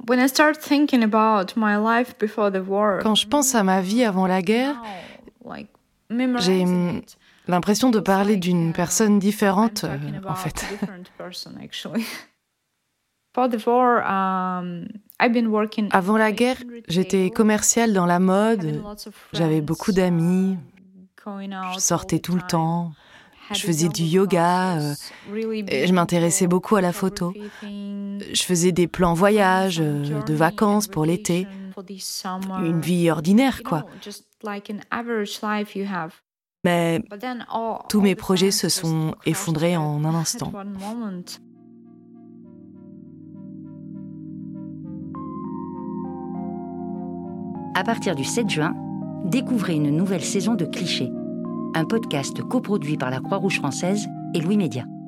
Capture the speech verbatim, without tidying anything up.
Quand je pense à ma vie avant la guerre, j'ai l'impression de parler d'une personne différente, euh, en fait. Avant la guerre, j'étais commerciale dans la mode, j'avais beaucoup d'amis, je sortais tout le temps, je faisais du yoga, euh, et je m'intéressais beaucoup à la photo. Je faisais des plans voyage, euh, de vacances pour l'été, une vie ordinaire, quoi. Mais tous mes projets se sont effondrés en un instant. À partir du sept juin, découvrez une nouvelle saison de Clichés, un podcast coproduit par la Croix-Rouge française et Louis Média.